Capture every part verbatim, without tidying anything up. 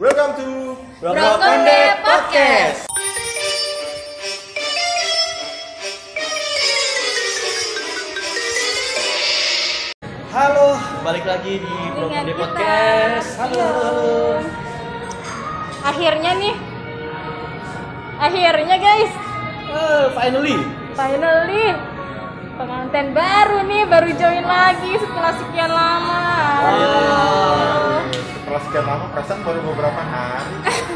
Welcome to Brokonde Podcast. Halo, balik lagi di Brokonde Podcast. Halo, halo. Akhirnya nih, akhirnya guys, Uh, finally. finally pengantin baru nih, baru join lagi setelah sekian lama. Wow. Setelah sekian lama, perasaan baru beberapa hari.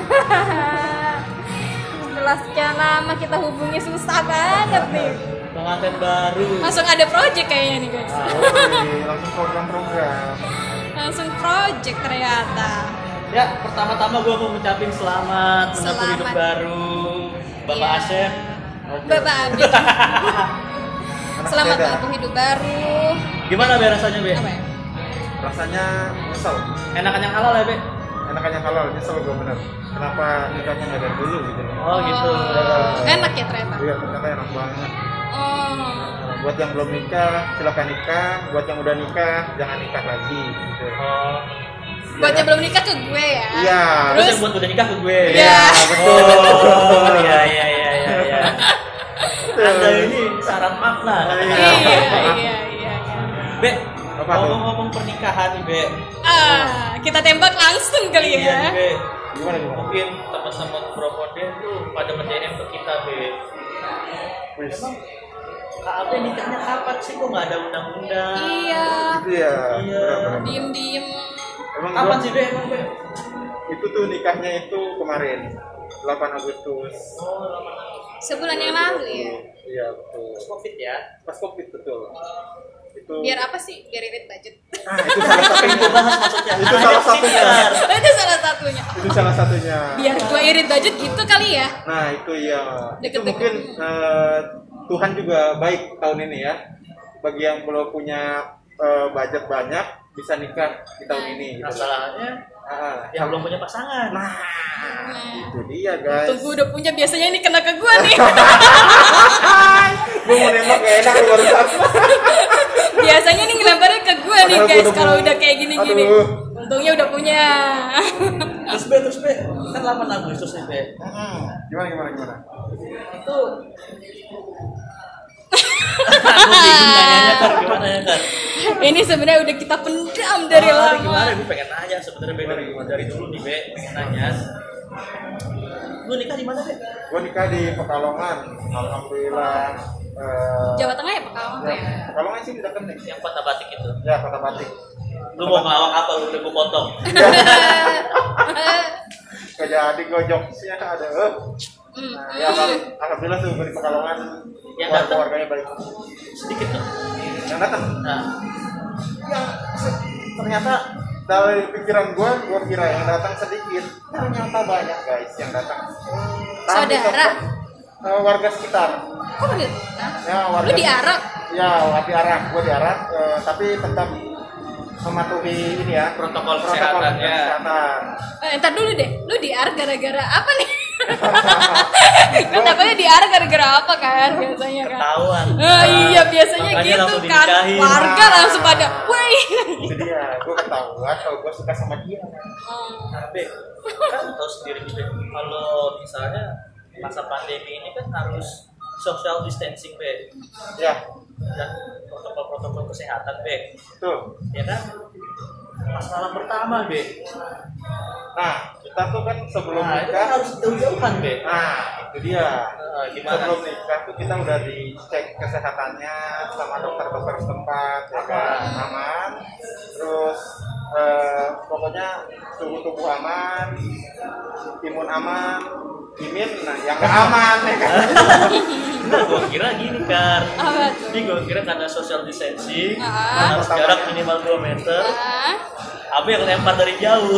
Setelah sekian lama kita hubungi susah banget nih. Pengantin baru. Langsung ada project kayaknya nih guys. Woi, langsung program-program. Langsung project ternyata. Ya, pertama-tama gue mau ngucapin selamat menempuh Selamat. hidup baru, Bapak Iya. Asep. Oke. Bapak Abi. Anak Selamat sepeda. menempuh hidup baru. Gimana be rasanya be? Apa ya? Rasanya nyesel. Enakan yang halal ya be? Enakannya halal, nyesel gue bener. Kenapa nikahnya nggak dari dulu gitu? Oh gitu. Enak ya ternyata. Iya, ternyata enak banget. Oh. Nah, buat yang belum nikah, silakan nikah. Buat yang udah nikah, jangan nikah lagi. Gitu. Oh. Buat yang belum nikah ke gue ya. Iya. Terus Terus yang buat udah nikah ke gue. Iya. betul. Oh, iya iya iya iya. iya. Anda ini syarat makna. Iya, iya, iya, iya. Be, Apa tuh? ngomong-ngomong pernikahan nih be. Ah, kita tembak langsung kali Iya ya. nih, be. Gimana gimana? Mungkin teman-teman Brokonde tuh pada men-D M ke kita be. Wis. Kak Abe nikahnya kapan sih kok nggak ada undang-undang? Iya. Itu ya. Iya. benar-benar. Diem-diem. Emang Kapan gua- sih be? Emang be? Itu tuh nikahnya itu kemarin delapan Agustus. Oh, lama Sebulan yang lalu ya. Iya betul. Pas Covid ya. Pas Covid betul. Itu Biar apa sih? Biar irit budget. Nah, itu salah satunya. Itu bahas maksudnya. Itu salah satunya. Itu salah satunya. Itu salah satunya. Biar gua irit budget gitu kali ya. Nah, itu ya. Itu Deket-deket. mungkin eh, Tuhan juga baik tahun ini ya. Bagi yang belum punya eh, budget banyak bisa nikah di tahun ini gitu. Masalahnya Ah, yang belum punya pasangan. Nah, itu dia guys. Tunggu udah punya, biasanya ini kena ke gua nih. Gue mau nembak gak enak lu barusan. Biasanya nih ngelemparnya ke gua nih Padahal gua guys udah kalau mau- udah kayak gini-gini. Aduh. Untungnya udah punya. Terus be, terus be, kan delapan Agustus nih be. Mm-mm. Gimana gimana gimana? Itu aku bingung nanyanya kan gimana ya kan? Ini sebenarnya udah kita pendam dari Oh, lama. Gimana? Gue pengen nanya sebenarnya be dari, dari dulu nih be pengen nanya. Lu nikah di mana be? Gue nikah di Pekalongan. Alhamdulillah. eh, Jawa Tengah ya Pekalongan ya, ya. Pekalongan sih udah nih. Yang kota batik itu. Ya Kota Batik. Lu mau ngelawak apa lu udah gue potong? Gak jadi gojoknya ada. eh. Hmm. Nah, ya alham- alhamdulillah tuh gue di Pekalongan. Yang Keluarga- datang? keluarganya baik. Sedikit tuh. Yang datang. Nah, Yang se- ternyata dari pikiran gue, gue kira yang datang sedikit. Ternyata banyak guys yang datang. Tapi Saudara? tetap, eh, warga sekitar. Kok gitu? Hah? Ya, warga Lu diarak? Ya, diarak, gue diarak, eh, tapi tetap mematuhi ini ya Protokol kesehatan, ya. kesehatan. Eh, ntar dulu deh, lu diarak gara-gara apa nih? Kan takutnya diarak gara-gara apa kan biasanya kan? ketahuan. Oh iya biasanya Makanya gitu langsung kan, dinikahin. warga langsung pada, woi. Itu dia, gue ketahuan kalau gue suka sama dia. Oh. Nah, Be, kan tahu sendiri nih, Be. Kalau misalnya masa pandemi ini kan harus social distancing, Be. Ya, Dan protokol-protokol kesehatan, Be. tuh. Ya kan? Masalah pertama, Be. Nah, kita tuh kan sebelum Nah, itu kan nikah. harus jauh-jauhan, Be. Nah, itu dia. Nah, gimana? Sebelum nikah tuh kita udah dicek kesehatannya sama dokter-dokter setempat, ya kan, aman. Terus eh, pokoknya suhu tubuh aman, imun aman, imin nah yang nggak aman ya kan. Nah, gua kira gini kan. Apa? Ini gua kira karena social distancing, Ah. harus jarak minimal dua meter. Ah. Abi yang lempar dari jauh.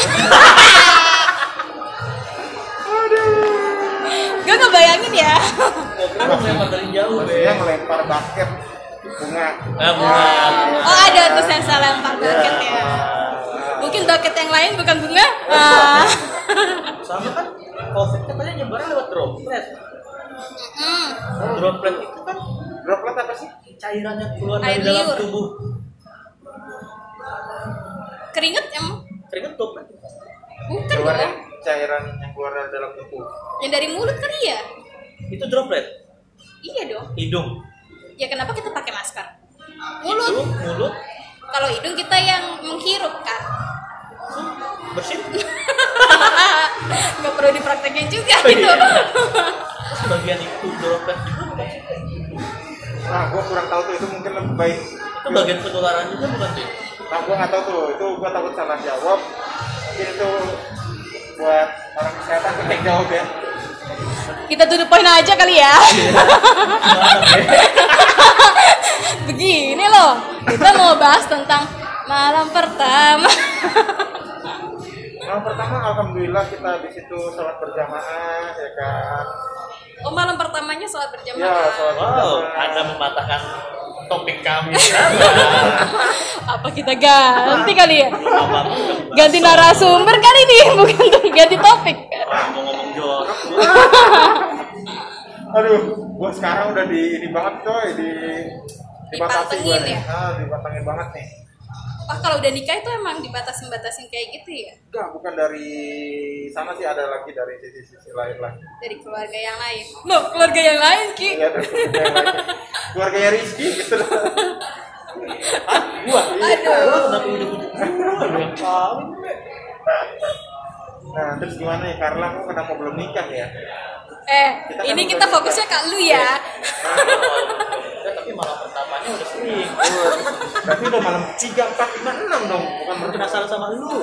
Gue ngebayangin ya. Gua kira yang lempar dari jauh, Be. Maksudnya melempar basket bunga. Eh, bukan. Oh ada tuh sensa lempar bucket ya. Mungkin bucket yang lain bukan bunga. Ah. Sama kan COVID katanya nyebarnya lewat droplet. Hmm. Droplet itu kan Droplet apa sih? cairan yang keluar Air dari dalam liur. tubuh. Keringet emang? Keringet droplet. Bukan keluarin dong. cairan yang keluar dari dalam tubuh. Yang dari mulut kali ya? Itu droplet. Iya dong. Hidung. Ya kenapa kita pakai masker? Itu Mulut. mulut Kalau hidung kita yang menghirup kan. bersih. Nggak perlu dipraktekin juga Oh, gitu. iya. Terus bagian itu droplet juga bukan sih? Nah, gua kurang tahu tuh, itu mungkin lebih baik. Itu bagian penularan juga bukan sih? Nah, gua nggak tahu tuh, itu gua takut salah jawab. Mungkin itu buat orang kesehatan penting jawab ya. Kita tutup poin aja kali ya. Gimana, Be? Begini loh, kita mau bahas tentang malam pertama. Yang pertama, alhamdulillah kita di situ sholat berjamaah, ya kan. Oh, malam pertamanya sholat Ya, berjamaah. sholat Wow, berjamaah. Anda mematahkan topik kami sekarang. Apa kita ganti kali ya? Belum apa-apa, udah bahas. Ganti narasumber kali nih, bukan ganti topik. Orang mau ngomong jorok. Aduh, gua sekarang udah di ini banget coy, di dibatasi gua Dipantengin nih. ya? Ah, dipantengin banget nih. Wah, kalau udah nikah itu emang dibatasin-batasin kayak gitu ya? Enggak, bukan dari sana sih, ada lagi dari sisi-sisi lain lah. Dari keluarga yang lain. Loh, keluarga yang lain, Ki? Iya, dari keluarga yang lain. Keluarganya Rizky gitu loh. Ah, gua. Aduh. Gua kenapa udah ujuk gua yang kawin, Be? Nah, terus gimana ya, Carla, kamu kenapa belum nikah ya? Eh, Kita kan ini udah kita nikah. fokusnya ke lu ya. Ya, tapi malam pertamanya udah sering. Berarti udah malam tiga, empat, lima, enam dong, bukan Baru penasaran sama lu.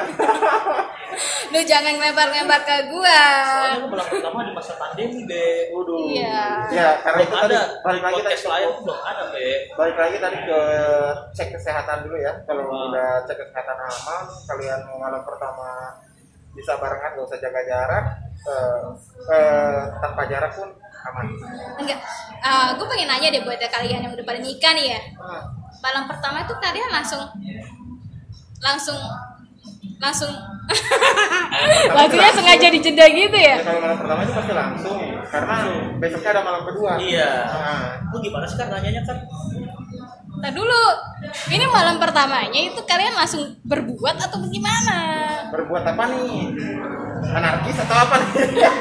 Lu jangan ngelempar-ngelempar ke gua. Soalnya lu malam pertama di masa pandemi, Be. Waduh. Iya. Ya, karena Belum itu tadi ada. balik lagi tadi Podcast lain belum ada, Be. balik lagi tadi ke cek kesehatan dulu ya. Kalau Hmm. udah cek kesehatan aman, kalian mau malam pertama bisa barengan, gak usah jaga jarak, eh, eh, tanpa jarak pun aman. Enggak. Uh, gue pengen nanya deh buat kalian yang udah pada nikah nih ya. Ah, Malam pertama itu kalian langsung langsung langsung langsungnya sengaja dijeda gitu ya? ya kalau malam pertama itu pasti langsung, karena besoknya ada malam kedua. Iya. Nah, Lu gimana sih kan nanyanya kan? Nah dulu, ini malam pertamanya itu kalian langsung berbuat atau bagaimana? berbuat apa nih? Anarkis atau apa nih?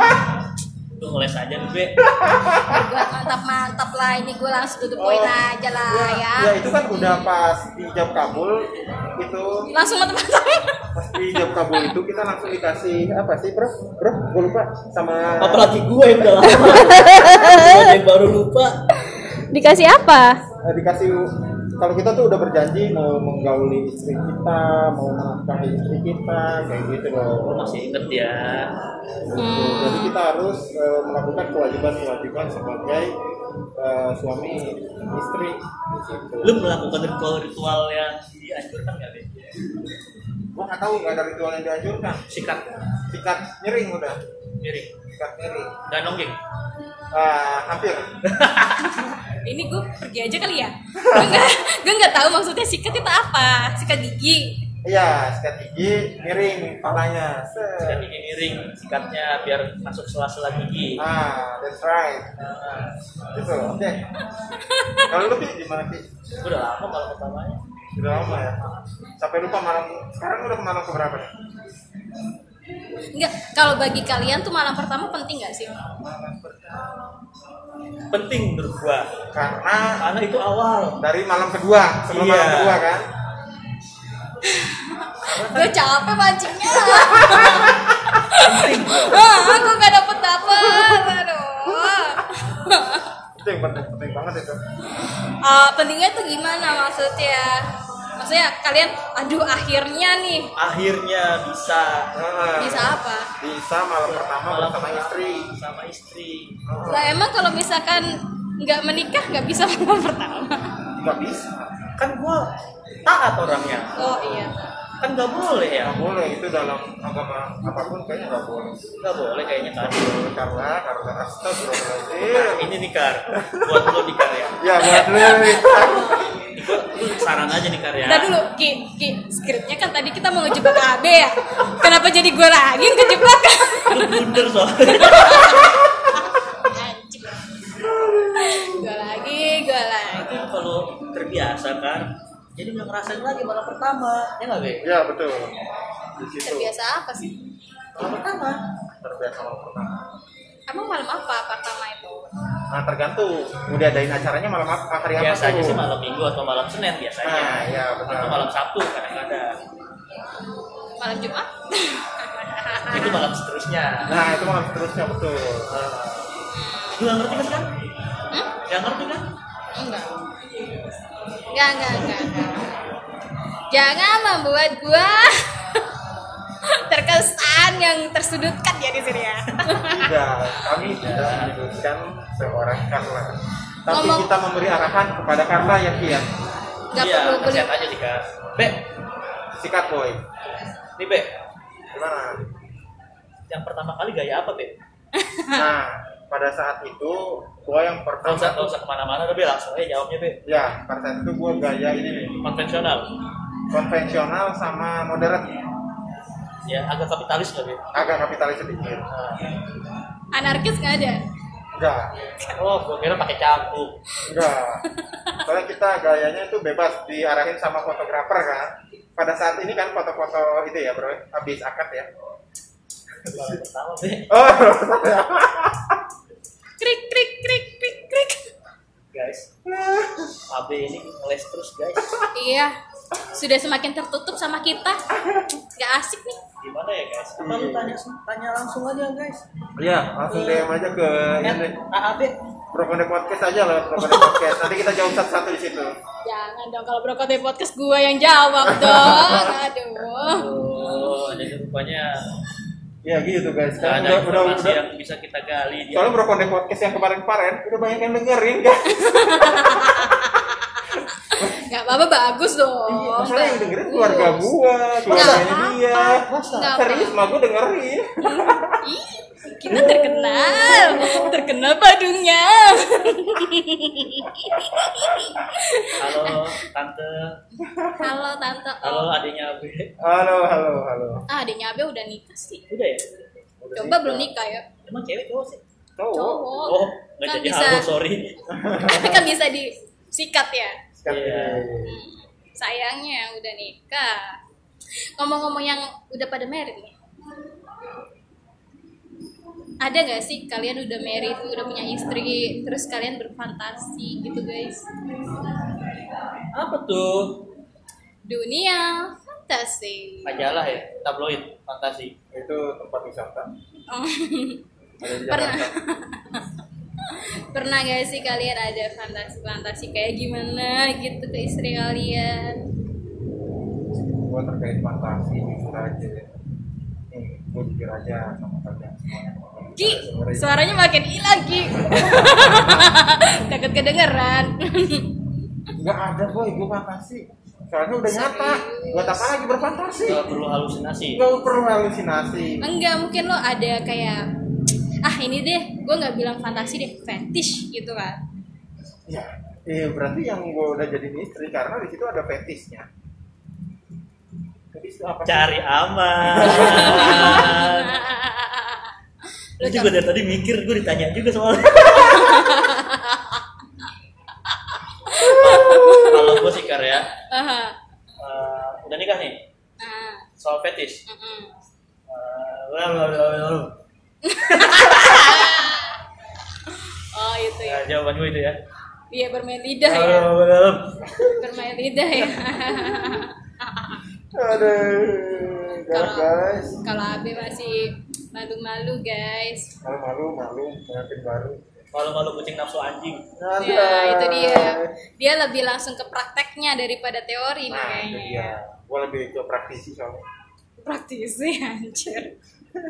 Lu ngeles aja lu, Be. Berbuat mantap-mantap lah, ini gue langsung tutup poin aja lah ya. Ya itu kan udah pas dijawab kabul itu, Langsung mantap-mantap. pas dijawab kabul itu kita langsung dikasih apa sih bro? Bro, gue lupa sama. Apalagi gue yang udah lama. Gue yang baru lupa. Dikasih apa? Eh, dikasih, kalau kita tuh udah berjanji mau menggauli istri kita, mau menafkahi istri kita, kayak gitu Lu loh. masih inget ya? Hmm. Jadi kita harus eh, melakukan kewajiban-kewajiban sebagai eh, suami istri di situ. Lu melakukan ritual-ritual yang dianjurkan nggak, Be? Gua nggak tahu, nggak ada ritual yang dianjurkan. Sikat Sikat miring udah, miring sikat miring. dan nongging. Ah, hampir. Ini gue pergi aja kali ya. Gue nggak, gue nggak tahu maksudnya sikat itu apa. Sikat gigi. Iya, sikat gigi miring kepalanya. Sikat Set. gigi miring, sikatnya biar masuk sela-sela gigi. Ah, that's right. Nah, Gitu, oke. Kalau lu Pi, gimana Pi? udah lama malam pertamanya. Udah lama ya. Sampai lupa malam. Sekarang udah malam keberapa nih? Enggak, kalau bagi kalian tuh malam pertama penting nggak sih? Malam pertama. Penting menurut gua, Karena karena itu awal. dari malam kedua, sebelum Iya. malam kedua kan? Gue capek pancingnya. Ah, aku nggak dapet dapet. Aduh. Itu yang penting, penting banget itu. Ah, pentingnya tuh gimana maksudnya? Maksudnya kalian, aduh akhirnya nih Akhirnya bisa Nah, bisa apa? bisa malam pertama malam bersama pertama istri. sama istri. Lah emang kalau misalkan nggak menikah nggak bisa malam pertama? Nggak bisa. Kan gua taat orangnya, Oh iya. kan nggak boleh ya? Nggak boleh, itu dalam agama apapun kayaknya nggak boleh. Nggak boleh kayaknya kan. Karena karena Nah, astagfirullahaladzim. ini nih Kar, buat lo nih Kar ya. Ya buat lu nih. Gua, lu saran aja nih Kar ya. Udah dulu, Ki, Ki, skripnya kan tadi kita mau ngejebak A B ya. Kenapa jadi gue lagi yang kejebak? Lu blunder soalnya. Anjing. Gue lagi, gue lagi. Kan kalau terbiasa kan, jadi nggak ngerasain lagi malam pertama, ya nggak Be? Ya betul. di situ. Terbiasa apa sih? Malam pertama. Terbiasa malam pertama. Emang malam apa pertama itu? Nah tergantung, mau diadain acaranya malam apa, hari apa Biasanya tuh? sih malam Minggu atau malam Senin biasanya. Nah, iya benar. Atau malam Sabtu kadang-kadang. Malam Jumat? Itu malam seterusnya. Nah itu malam seterusnya betul. Lu nggak ngerti kan sekarang? Hmm? Yang ngerti kan? Enggak. Enggak, enggak, enggak, enggak. Jangan membuat gua terkesan yang tersudutkan ya di sini ya. Tidak, kami tidak menyebutkan seorang Carla. Tapi Ngomong- kita memberi arahan kepada Carla ya Kian. Enggak Iya, perlu beli. kasihan aja sih kak. B, Sikat boy. nih B. Gimana? Yang pertama kali gaya apa B? Nah, pada saat itu gua yang Gak pertama usah, gak usah kemana-mana, B langsung aja jawabnya B. ya, pada saat itu gua gaya ini nih, Konvensional. konvensional sama moderat, Ya agak kapitalis nggak B? agak kapitalis sedikit. Nah. Anarkis nggak ada. Enggak, Oh, gua kira pakai campur. enggak. Soalnya kita gayanya itu bebas diarahin sama fotografer kan. Pada saat ini kan foto-foto itu ya bro, habis akad ya. Malam pertama B. Oh, Krik krik krik krik krik. Guys, A B ini ngeles terus guys. Iya. Sudah semakin tertutup sama kita. Gak asik nih. Gimana ya guys? Apa lu tanya tanya langsung aja guys? iya, langsung D M aja ke ini A A B. Prokonde Podcast aja loh, Prokonde Podcast. Nanti kita jawab satu-satu di situ. Jangan dong kalau Brokote podcast gua yang jawab dong. Aduh. Oh, jadi rupanya Ya gitu guys. nggak Kan ada udah, udah, informasi udah, yang bisa kita gali. Dia soalnya Prokonde Podcast yang kemarin-kemarin udah banyak yang dengerin kan. Gak apa-apa bagus dong. Iya, masalah yang dengerin Bagus. keluarga gua, keluarganya dia. Nggak Serius mah gua dengerin. Ih, kita terkenal, terkenal padungnya. halo tante, Halo tante. halo adiknya A B. Halo, halo, halo. Ah, adiknya Abe udah nikah sih. Udah ya? Coba belum nikah ya. Emang cewek cowok sih? Cowok. Cowok. Oh, nggak Kan jadi bisa- halo sorry. kan bisa disikat ya. Sekarang Iya. ini. Sayangnya udah nikah. Ngomong-ngomong yang udah pada married nih. Ada gak sih kalian udah married, udah punya istri, terus kalian berfantasi gitu guys? Apa tuh? Dunia fantasi. Majalah ya, tabloid, fantasi. Itu tempat wisata. Ada di Pernah. Jakarta. Pernah gak sih kalian ada fantasi-fantasi kayak gimana gitu ke istri kalian? Gua terkait fantasi jujur aja ya. Nih, gua jujur aja sama kalian semuanya. Ki, suaranya makin hilang Ki. Takut kedengeran. Enggak ada boy, gua fantasi. Soalnya udah nyata. Buat apa lagi berfantasi? Nggak perlu halusinasi. Enggak perlu halusinasi. Enggak, mungkin lo ada kayak ah ini deh, gue nggak bilang fantasi deh, fetish gitu kan. Ya, eh berarti yang gua udah jadi istri karena di situ ada fetisnya. Fetis itu apa sih? Cari aman. Lu Gue juga dari tadi mikir, gue ditanya juga soalnya. Kalau gue sih Kar ya, Aha. eh, udah nikah nih, Ah, soal fetish. mm-mm. Eh, bla, bla, bla, bla, bla. Oh itu ya. Nah, jawaban gue itu ya. Iya bermain lidah Bla, ya. bla, bla, bla. Bermain lidah ya. Aduh, Kalau guys. kalau Abe masih malu-malu guys. Malu malu malu pengantin baru. Malu-malu kucing nafsu anjing. Ya itu dia. Dia lebih langsung ke prakteknya daripada teori nih Nah, itu kayaknya. dia. Ya. Gua lebih ke praktisi soalnya. Praktisi anjir.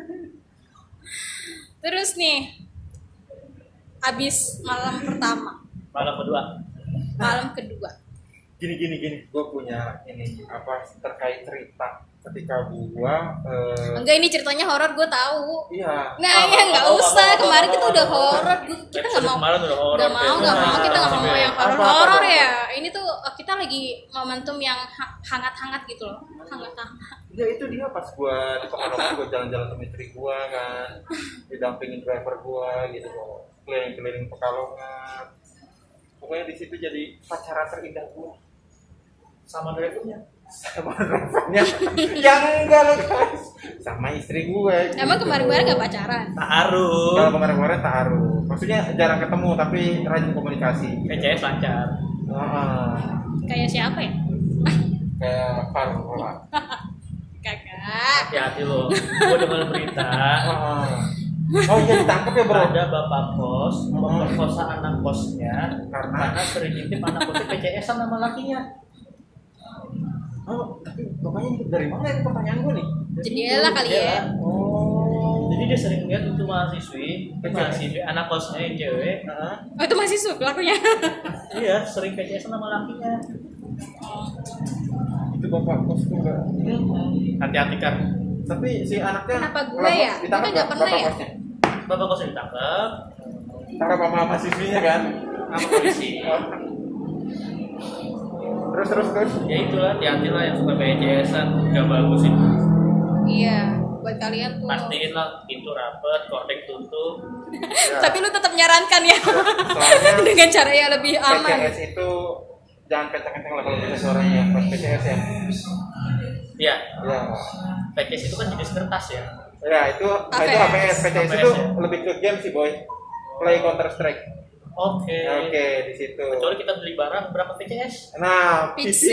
Terus nih, abis malam pertama, Malam kedua. malam kedua. Gini gini gini, gue punya ini apa terkait cerita ketika gua eh, Enggak, ini ceritanya horor, gue tahu. iya. Nah, Ah, ya nggak ah, ah, usah. ah, ah, Kemarin ah, kita ah, udah ah, horor. Gua- Kita nggak Episode mau. kemarin udah horor. Nggak mau, nggak mau. Kita nggak mau yang Apa, horor-horor apa, ya. Ini tuh eh, kita lagi momentum yang ha- hangat-hangat gitu loh. Hangat-hangat. Ya itu dia pas gua di Pekalongan gua jalan-jalan sama istri gua kan, didampingin driver gua gitu loh, keliling-keliling Pekalongan. Pokoknya di situ jadi pacaran terindah gua. sama drivernya. Sama drivernya. Yang enggak lo guys. Sama istri gue. Emang kemarin-kemarin nggak pacaran? Taruh. Kalau kemarin-kemarin taruh. Maksudnya jarang ketemu tapi rajin komunikasi. P C S lancar. Heeh. Kayak siapa ya? Kayak Farul. Kakak. Hati-hati lo. Gue dengar berita. Heeh. Oh iya ditangkap ya bro. Ada bapak kos memperkosa anak kosnya Karena? karena sering intip anak kosnya P C S-an sama lakinya. Oh, tapi bapaknya ini dari mana itu pertanyaan gue nih? Jendela kali ya. Oh. Jadi dia sering lihat itu mahasiswi, mahasiswi anak kosnya yang cewek. Heeh. Oh itu masih sub pelakunya. Iya, sering P C S sama lakinya. Itu bapak kos tuh enggak. Hati-hati kan. Tapi si anaknya Kenapa gue kenapa ya? ditangkap Kita nggak pernah bapak ya? kosnya? Bapak kosnya ditangkap Tangkap sama mahasiswinya kan? sama polisi. Terus terus terus. Ya itulah, hati-hati lah yang suka P C S-an, nggak bagus itu. Iya, buat kalian tuh. Pastiin lah pintu rapet, kordek tutup. Ya. Tapi lu tetap menyarankan ya. Soalnya dengan cara yang lebih P C aman. S itu jangan kenceng-kenceng lah kalau bisa suaranya pas P C S ya. Ya, Ya. P C S itu kan jenis kertas ya. Ya itu H P S. itu H P S. P C S H P S itu ya. lebih ke game sih boy. Play Counter Strike. Oke. Oke di situ. Kecuali kita beli barang berapa P C S? Nah, P C.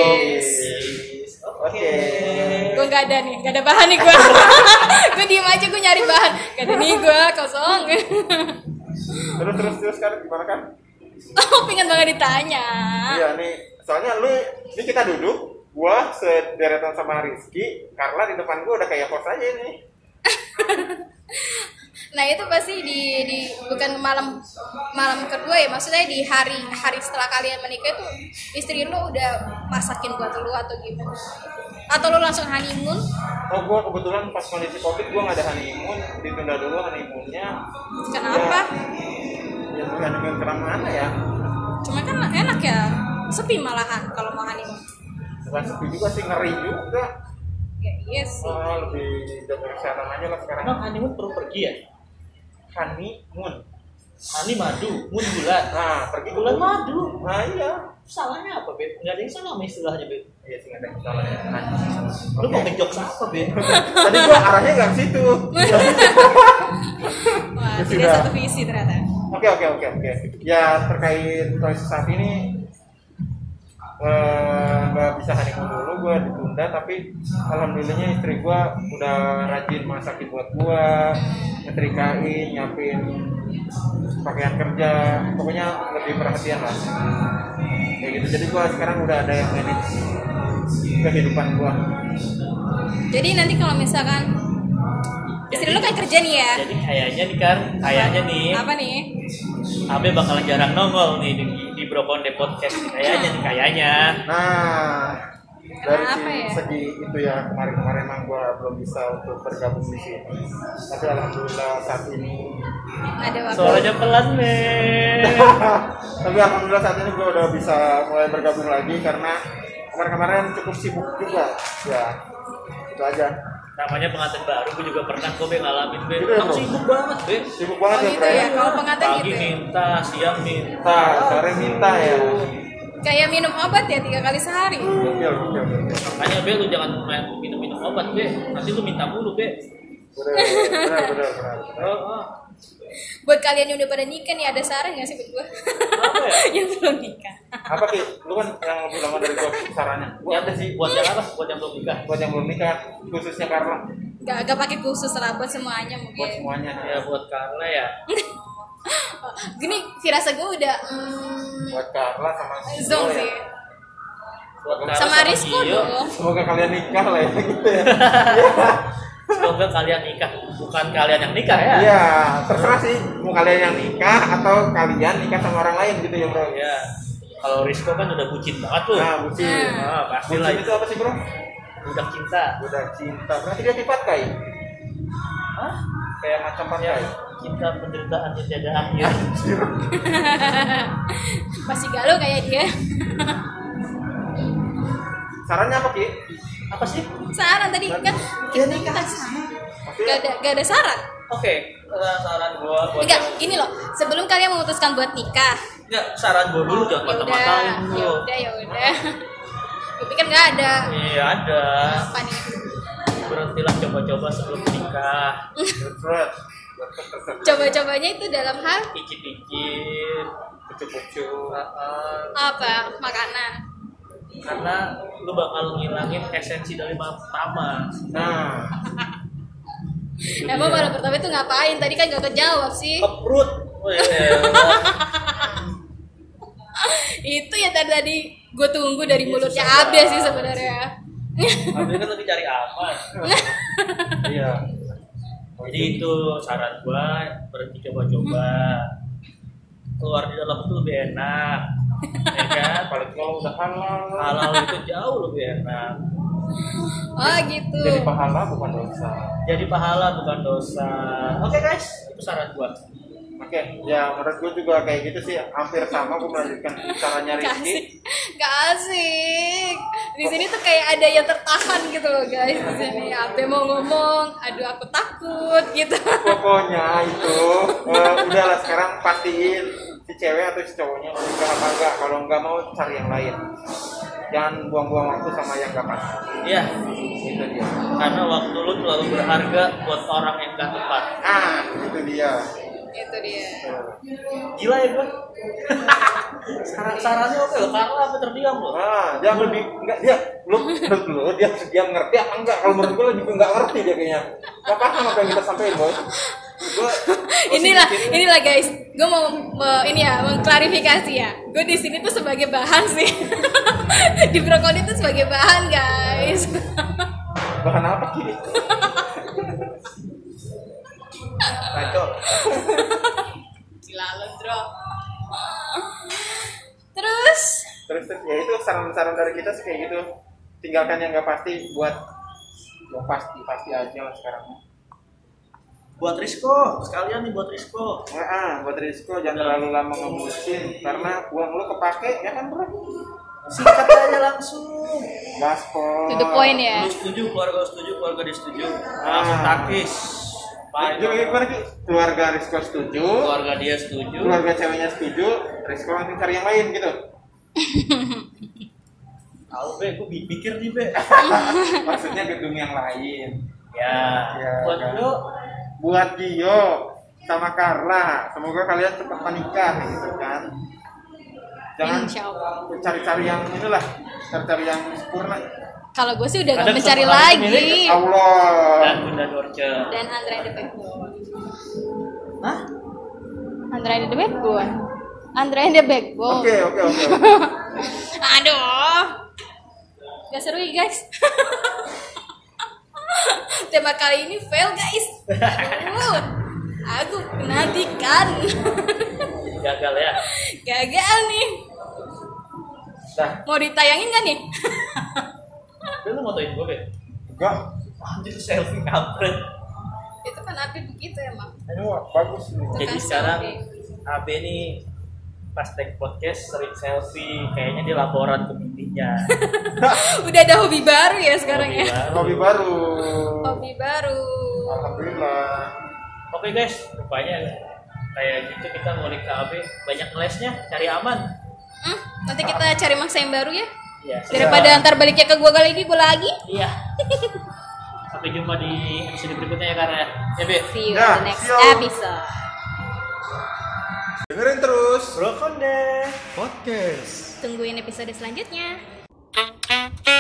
Oke. Gue nggak ada nih, nggak ada bahan nih gue. Gue diem aja, gue nyari bahan. Gak ada nih gue kosong. Terus terus terus kan gimana kan? Oh, pengen banget ditanya. Iya nih, soalnya lu ini kita duduk, gua sederetan sama Rizky, Carla di depan gua udah kayak host aja nih. Nah itu pasti di, di bukan malam malam kedua ya, maksudnya di hari hari setelah kalian menikah itu istri lu udah masakin buat lu atau gimana? Atau lu langsung honeymoon? Oh gua kebetulan pas kondisi covid gua nggak ada honeymoon, ditunda dulu honeymoonnya. Kenapa? Ya, ya bukan honeymoon ke mana ya? Cuma kan enak ya, sepi malahan kalau mau honeymoon. Bukan sepi juga sih, ngeri juga. Ya iya sih. Oh, lebih jaga kesehatan aja lah sekarang. Emang honeymoon perlu pergi ya? Honeymoon. Honey madu, moon bulan. Nah, pergi Bulan dulu. madu. Nah iya. Salahnya apa, Beb? Nggak ada yang salah sama istilahnya, Beb. Iya sih nggak ada yang salah ya. Lu mau ngejokes apa, Beb? Tadi gua arahnya nggak ke situ. Wah, Ya tidak sudah. satu visi ternyata. Oke oke oke oke. Ya terkait kondisi saat ini eh, nggak bisa honeymoon dulu, gue ditunda. Tapi alhamdulillahnya istri gue udah rajin masakin buat gue, nyetrikain, nyiapin pakaian kerja, pokoknya lebih perhatian lah. Kayak gitu. Jadi gue sekarang udah ada yang manage kehidupan gue. Jadi nanti kalau misalkan istri lu kan kerja nih ya. Jadi kayaknya nih kan, kayaknya nih, Apa nih? Abe bakalan jarang nongol nih di, di Brokonde Podcast. Kayaknya nih, kayaknya. Nah, dari Apa si- ya? segi itu ya kemarin-kemarin emang gue belum bisa untuk bergabung di sini. Tapi alhamdulillah saat ini, Ada waktu. Suaranya pelan, Beb. tapi alhamdulillah saat ini gue udah bisa mulai bergabung lagi karena kemarin-kemarin cukup sibuk juga. Ya, itu aja. Namanya pengantin baru, gue juga pernah kok, Be, ngalamin, Be. Gitu ya, Emang Bro? sibuk banget, Be. Sibuk Oh banget ya, gitu Bro. ya, kalau pengantin Pagi gitu ya. minta, siang minta. Minta, sore minta ya. Kayak minum obat ya tiga kali sehari. Gokil, gokil, gokil. Makanya, Be, lu jangan main minum-minum obat, Be. Nanti lu minta mulu, Be. Bener, bener, bener, bener. Oh, oh. Buat kalian yang udah pada nikah nih, ada saran nggak sih buat gue? Apa ya? yang belum nikah. Apa Ki? Lu kan yang lebih lama dari gue sarannya. Gue ada sih Buat yang apa? Buat yang belum nikah. buat yang belum nikah, khususnya Carla, Gak, gak pakai khusus lah buat semuanya buat mungkin. semuanya. Ya, buat Carla ya. Gini, firasa gue udah hmm, Buat Carla sama zong Gio ya. sih. Buat Carla Sama Rizko Gio. dong. Semoga kalian nikah lah ya gitu ya. Semoga kalian nikah, bukan kalian yang nikah ya. Iya, terserah sih mau kalian yang nikah atau kalian nikah sama orang lain gitu ya bro. Ya. Kalau Rizko kan udah bucin banget tuh. Nah, bucin. Ah, pasti Bucin lah itu apa sih bro? Budak cinta. Udah cinta. Berarti dia tipe kai. Hah? Kayak macam Ya, pakai. cinta penderitaan yang tiada akhir. Anjir. Masih galau kayak dia. Sarannya apa Ki? Apa sih? Saran tadi kan kita nikah sama. Maksudnya Gak ada, gak ada saran. Oke, eh, saran gua buat Enggak, gini loh. Sebelum kalian memutuskan buat nikah, Enggak, saran gua dulu jangan ya udah, mata-matain ya dulu. udah, ya udah. nggak ada. Iya ada. Apa nih? Berhentilah coba-coba sebelum nikah. Terus Coba-cobanya itu dalam hal Icip-icip. pucuk-pucuk. Uh, apa? Makanan. karena lu bakal ngilangin esensi dari malam pertama. Nah, Emang malam pertama itu ngapain? Tadi kan gak kejawab sih. Keprut. Oh, iya. Itu ya tadi tadi gue tunggu dari mulutnya Abe sih sebenarnya. Abe kan lagi cari aman. iya. Jadi itu saran gua, berhenti coba-coba. Keluar di dalam itu lebih enak. Ya kan? Apalagi kalau udah halal. Halal itu jauh lebih enak. Oh gitu. Jadi pahala bukan dosa. Jadi pahala bukan dosa. Oke guys, itu saran gua. Oke, ya menurut gue juga kayak gitu sih, hampir sama gue melanjutkan caranya Gak Rizky. asik. Gak asik. Di sini tuh kayak ada yang tertahan gitu loh guys. Di sini Abe mau ngomong, aduh aku takut gitu. Pokoknya itu uh, udahlah sekarang pastiin si cewek atau si cowoknya mau nikah apa enggak. Kalau enggak mau cari yang lain. Jangan buang-buang waktu sama yang gak pas. Iya, Itu dia. karena waktu lu terlalu berharga buat orang yang gak tepat. Ah, itu dia. Itu dia. Gila ya gua. Saran-sarannya oke loh, karena apa terdiam loh. Ah, dia lebih enggak dia lu menurut lu dia dia ngerti apa enggak? Kalau menurut gue lebih enggak ngerti dia kayaknya. Enggak paham apa yang kita sampaikan, Boy. Gua Inilah, inilah guys. Gue mau me- ini ya mengklarifikasi ya. Gue di sini tuh sebagai bahan sih. Di brokoli itu sebagai bahan guys. bahan apa Ki? Bacot. Gila lo bro. Terus Terus ya itu saran-saran dari kita sih kayak gitu. Tinggalkan yang nggak pasti buat yang pasti pasti aja lah sekarang. Buat Risco, sekalian nih buat Risco. Nggak ah, buat risiko jangan terlalu lama ngebusin karena uang lu kepake ya kan bro. Sikat aja langsung. Gaspol. to the point ya. Lu setuju, keluarga setuju, keluarga dia setuju. Langsung takis. Jadi gimana Ki? Keluarga Rizko setuju, Keluarga dia setuju. keluarga ceweknya setuju, Rizko langsung cari yang lain gitu. Tahu be, gue pikir nih be. Maksudnya gedung yang lain. Ya, Ya, buat kan. lu Buat Gio sama Carla, semoga kalian cepat menikah gitu kan. Jangan Insya Allah. cari-cari yang inilah, cari-cari yang sempurna. Kalau gue sih udah gak Ada mencari kesempatan lagi. milik Allah. dan Bunda Dorce. Dan Andre the Backbone. Hah? Andre the Backbone. Andre the Backbone. Oke, oke, oke. Aduh. Gak seru ya guys. Tema kali ini fail guys. Aduh. Aku menantikan. Gagal ya. Gagal nih. Dah, Mau ditayangin gak nih? Lu motoin gue be. enggak. Anjir selfie kampret. Itu kan Abi begitu emang. Ini wah, bagus nih. Tukang Jadi sekarang selfie. A B nih pas take podcast sering selfie, kayaknya dia laporan ke mimpinya. Udah ada hobi baru ya sekarang ya. Hobi baru. Hobi baru. Alhamdulillah. Oke guys, rupanya kayak gitu kita ngulik ke A B, banyak ngelesnya, cari aman. Hmm, nanti kita cari maksa yang baru ya. Iya. Daripada antar baliknya ke gua kali ini gua lagi. Iya. Sampai jumpa di episode berikutnya ya karena ya be. See you Nah, in the next see you. episode. Dengerin terus Brokonde. podcast. Tungguin episode selanjutnya.